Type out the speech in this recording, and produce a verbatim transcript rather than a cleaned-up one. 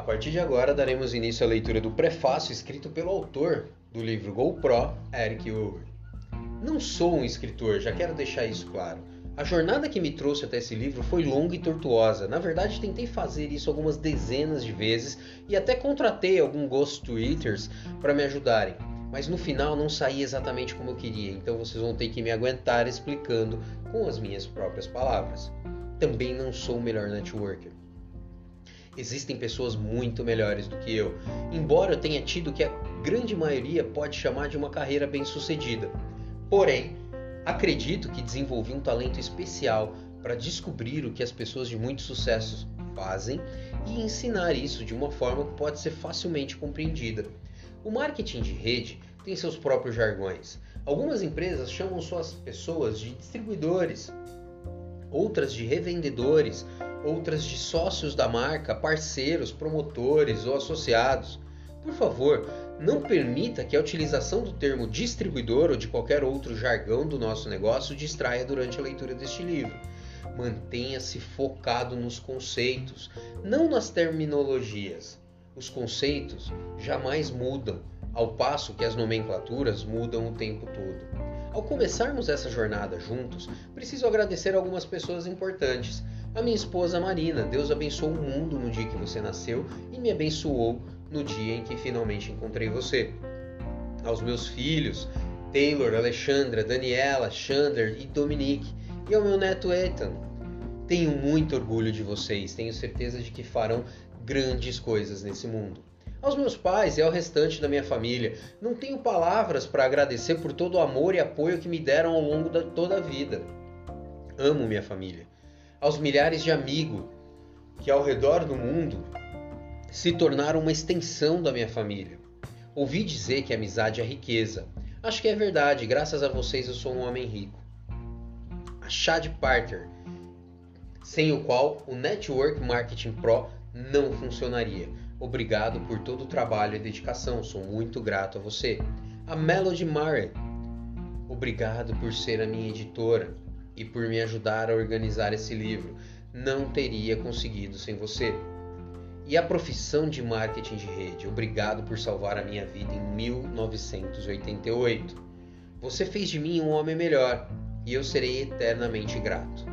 partir de agora daremos início à leitura do prefácio escrito pelo autor do livro GoPro, Eric Owen. Não sou um escritor, já quero deixar isso claro. A jornada que me trouxe até esse livro foi longa e tortuosa. Na verdade, tentei fazer isso algumas dezenas de vezes e até contratei alguns ghostwriters para me ajudarem. Mas no final não saí exatamente como eu queria, então vocês vão ter que me aguentar explicando com as minhas próprias palavras. Também não sou o melhor networker. Existem pessoas muito melhores do que eu, embora eu tenha tido o que a grande maioria pode chamar de uma carreira bem-sucedida. Porém, acredito que desenvolvi um talento especial para descobrir o que as pessoas de muito sucesso fazem e ensinar isso de uma forma que pode ser facilmente compreendida. O marketing de rede tem seus próprios jargões. Algumas empresas chamam suas pessoas de distribuidores, outras de revendedores, outras de sócios da marca, parceiros, promotores ou associados. Por favor, não permita que a utilização do termo distribuidor ou de qualquer outro jargão do nosso negócio distraia durante a leitura deste livro. Mantenha-se focado nos conceitos, não nas terminologias. Os conceitos jamais mudam, ao passo que as nomenclaturas mudam o tempo todo. Ao começarmos essa jornada juntos, preciso agradecer algumas pessoas importantes. A minha esposa Marina, Deus abençoou o mundo no dia que você nasceu e me abençoou no dia em que finalmente encontrei você. Aos meus filhos, Taylor, Alexandra, Daniela, Chandler e Dominique, e ao meu neto Ethan. Tenho muito orgulho de vocês, tenho certeza de que farão grandes coisas nesse mundo. Aos meus pais e ao restante da minha família, não tenho palavras para agradecer por todo o amor e apoio que me deram ao longo de toda a vida. Amo minha família. Aos milhares de amigos que ao redor do mundo se tornaram uma extensão da minha família. Ouvi dizer que a amizade é riqueza. Acho que é verdade, graças a vocês eu sou um homem rico. A Chad Parker, sem o qual o Network Marketing Pro não funcionaria. Obrigado por todo o trabalho e dedicação, sou muito grato a você. A Melody Murray, obrigado por ser a minha editora e por me ajudar a organizar esse livro. Não teria conseguido sem você. E a profissão de marketing de rede, obrigado por salvar a minha vida em mil novecentos e oitenta e oito. Você fez de mim um homem melhor e eu serei eternamente grato.